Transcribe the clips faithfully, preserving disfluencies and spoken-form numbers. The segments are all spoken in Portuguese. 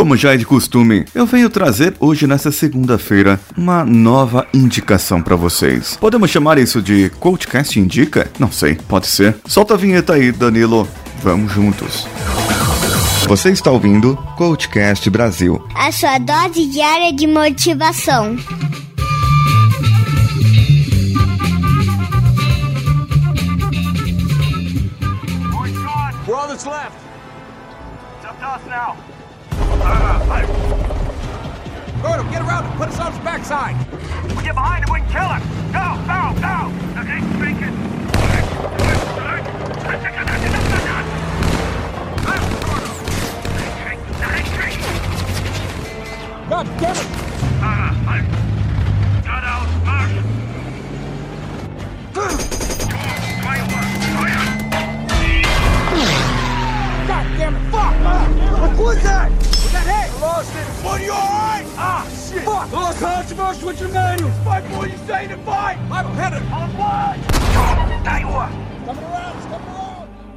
Como já é de costume, eu venho trazer hoje nessa segunda-feira uma nova indicação pra vocês. Podemos chamar isso de Coachcast Indica? Não sei, pode ser. Solta a vinheta aí, Danilo. Vamos juntos. Você está ouvindo Coachcast Brasil, a sua dose diária de motivação. We're all that's left. It's up to us now. Uh, Gordo, get around him. Put us on his backside. We get behind him, we can kill him. Go, go, go. Okay, make it. God damn it! Uh, Cut out, mark. God damn it, fuck! What was that? Was that it? I lost it. Buddy, you alright? Ah, shit! Fuck! Lost controversy with your manual. Fight boy, you stay to fight! I'm a hitter! On what? There you are! Coming around, it's coming around!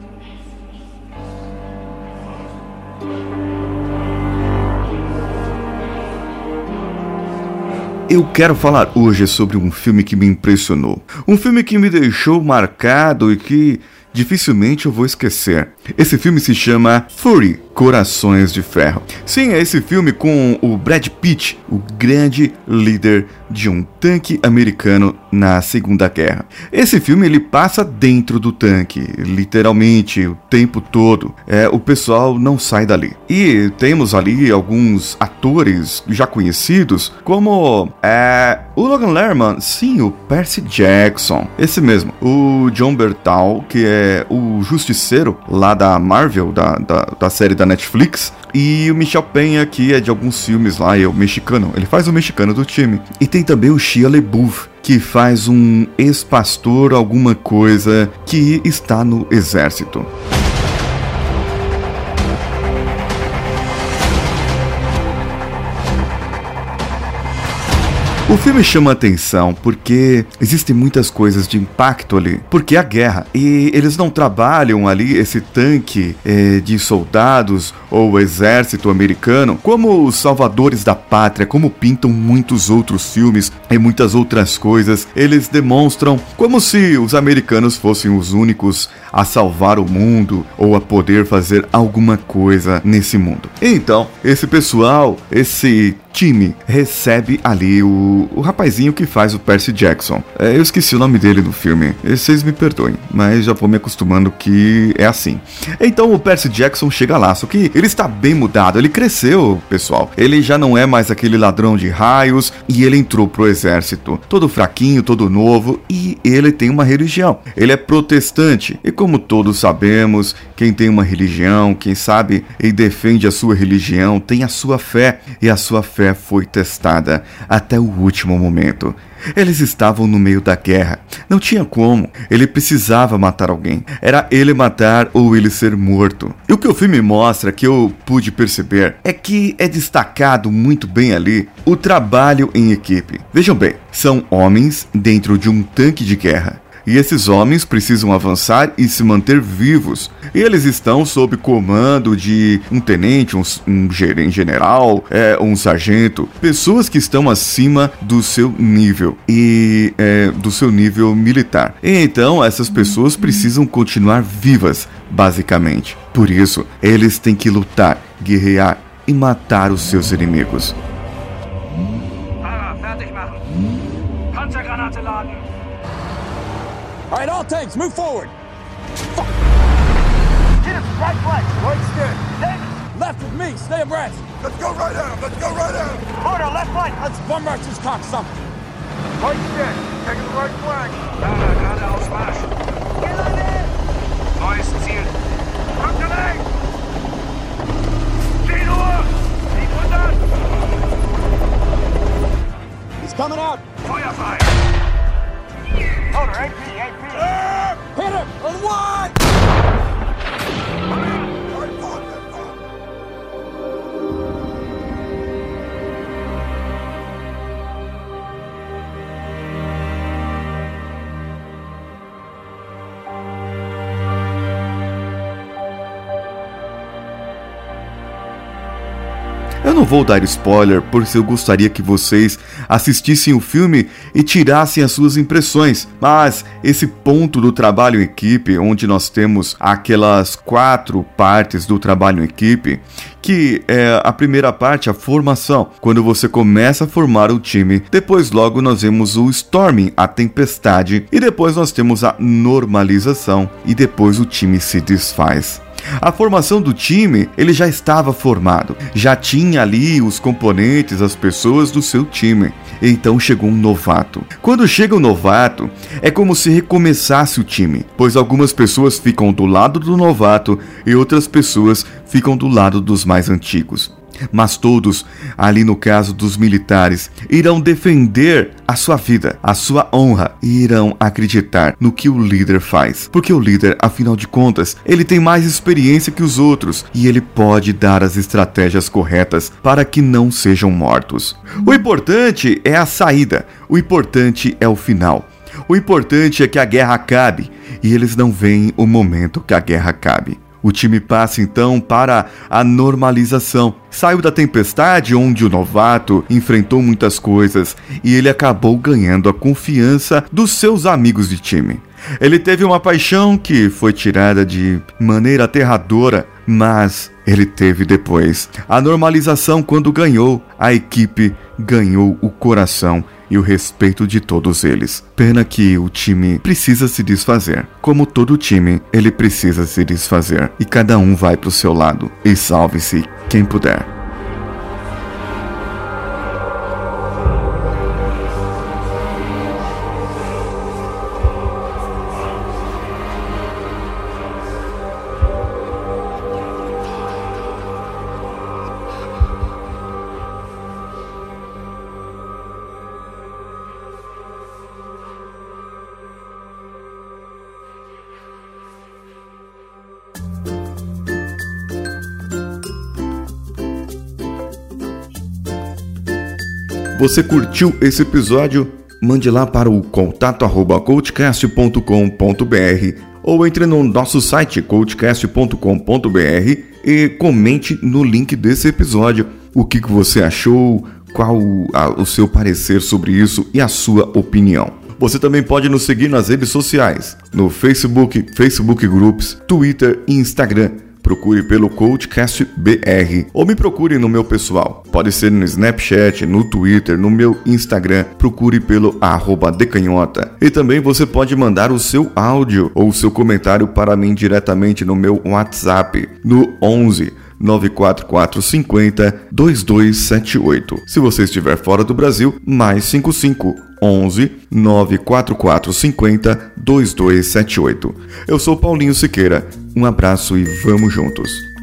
Eu quero falar hoje sobre um filme que me impressionou. Um filme que me deixou marcado e que dificilmente eu vou esquecer. Esse filme se chama Fury, Corações de Ferro. Sim, é esse filme com o Brad Pitt, o grande líder de um tanque americano na Segunda Guerra. Esse filme ele passa dentro do tanque, literalmente, o tempo todo. É, o pessoal não sai dali. E temos ali alguns atores já conhecidos, como é, o Logan Lerman, sim, o Percy Jackson, esse mesmo. O Jon Bernthal, que é o Justiceiro lá da Marvel, da, da, da série da Netflix, e o Michel Penha, que é de alguns filmes lá, é o mexicano, ele faz o mexicano do time. E tem também o Shia LaBeouf, que faz um ex-pastor alguma coisa que está no exército. O filme chama atenção porque existem muitas coisas de impacto ali, porque é a guerra, e eles não trabalham ali esse tanque é, de soldados ou o exército americano como os salvadores da pátria, como pintam muitos outros filmes e muitas outras coisas. Eles demonstram como se os americanos fossem os únicos a salvar o mundo ou a poder fazer alguma coisa nesse mundo. Então, esse pessoal, esse time recebe ali o, o rapazinho que faz o Percy Jackson. É, eu esqueci o nome dele no filme, vocês me perdoem, mas já vou me acostumando que é assim. Então o Percy Jackson chega lá, só que ele está bem mudado, ele cresceu, pessoal. Ele já não é mais aquele ladrão de raios e ele entrou pro exército, todo fraquinho, todo novo, e ele tem uma religião. Ele é protestante, e como todos sabemos, quem tem uma religião, quem sabe e defende a sua religião, tem a sua fé, e a sua fé foi testada até o último momento. Eles estavam no meio da guerra. Não tinha como. Ele precisava matar alguém. Era ele matar ou ele ser morto. E o que o filme mostra, que eu pude perceber, é que é destacado muito bem ali o trabalho em equipe. Vejam bem, são homens dentro de um tanque de guerra. E esses homens precisam avançar e se manter vivos. Eles estão sob comando de um tenente, um, um general, é, um sargento. Pessoas que estão acima do seu nível e é, do seu nível militar. E então essas pessoas precisam continuar vivas, basicamente. Por isso, eles têm que lutar, guerrear e matar os seus inimigos. Ah, fertig machen. Panzergranate laden. All right, all tanks, move forward. Fuck. Get him, right flank. Right steer. Davis. Left with me, stay abreast. Let's go right at him, let's go right at him. Corner, left flank. Let's bum rush this cocksucker. Right steer, taking the right flank. Ah, geradeaus Marsch. Get on in. Neues Ziel. Rück rein. zehn Uhr. siebenhundert. He's coming out. Feuer frei. Owner, A P, A P. Uh, hit him! On one! Eu não vou dar spoiler, pois eu gostaria que vocês assistissem o filme e tirassem as suas impressões, mas esse ponto do trabalho em equipe, onde nós temos aquelas quatro partes do trabalho em equipe, que é a primeira parte, a formação, quando você começa a formar o time, depois logo nós vemos o storming, a tempestade, e depois nós temos a normalização, e depois o time se desfaz. A formação do time, ele já estava formado, já tinha ali os componentes, as pessoas do seu time. Então chegou um novato. Quando chega um novato, é como se recomeçasse o time, pois algumas pessoas ficam do lado do novato e outras pessoas ficam do lado dos mais antigos. Mas todos, ali no caso dos militares, irão defender a sua vida, a sua honra e irão acreditar no que o líder faz. Porque o líder, afinal de contas, ele tem mais experiência que os outros e ele pode dar as estratégias corretas para que não sejam mortos. O importante é a saída, o importante é o final. O importante é que a guerra acabe e eles não veem o momento que a guerra acabe. O time passa então para a normalização. Saiu da tempestade onde o novato enfrentou muitas coisas e ele acabou ganhando a confiança dos seus amigos de time. Ele teve uma paixão que foi tirada de maneira aterradora, mas ele teve depois a normalização quando ganhou. A equipe ganhou o coração e o respeito de todos eles. Pena que o time precisa se desfazer. Como todo time, ele precisa se desfazer. E cada um vai pro seu lado. E salve-se quem puder. Você curtiu esse episódio? Mande lá para o contato arroba coachcast ponto com ponto br ou entre no nosso site coachcast ponto com ponto br e comente no link desse episódio o que, que você achou, qual a, o seu parecer sobre isso e a sua opinião. Você também pode nos seguir nas redes sociais, no Facebook, Facebook Groups, Twitter e Instagram. Procure pelo Coachcast B R ou me procure no meu pessoal. Pode ser no Snapchat, no Twitter, no meu Instagram. Procure pelo arroba decanhota. E também você pode mandar o seu áudio ou o seu comentário para mim diretamente no meu WhatsApp, no onze nove quatro quatro cinco zero dois dois sete oito. Se você estiver fora do Brasil, mais cinco cinco onze nove quatro quatro cinco zero dois dois sete oito. Eu sou Paulinho Siqueira. Um abraço e vamos juntos.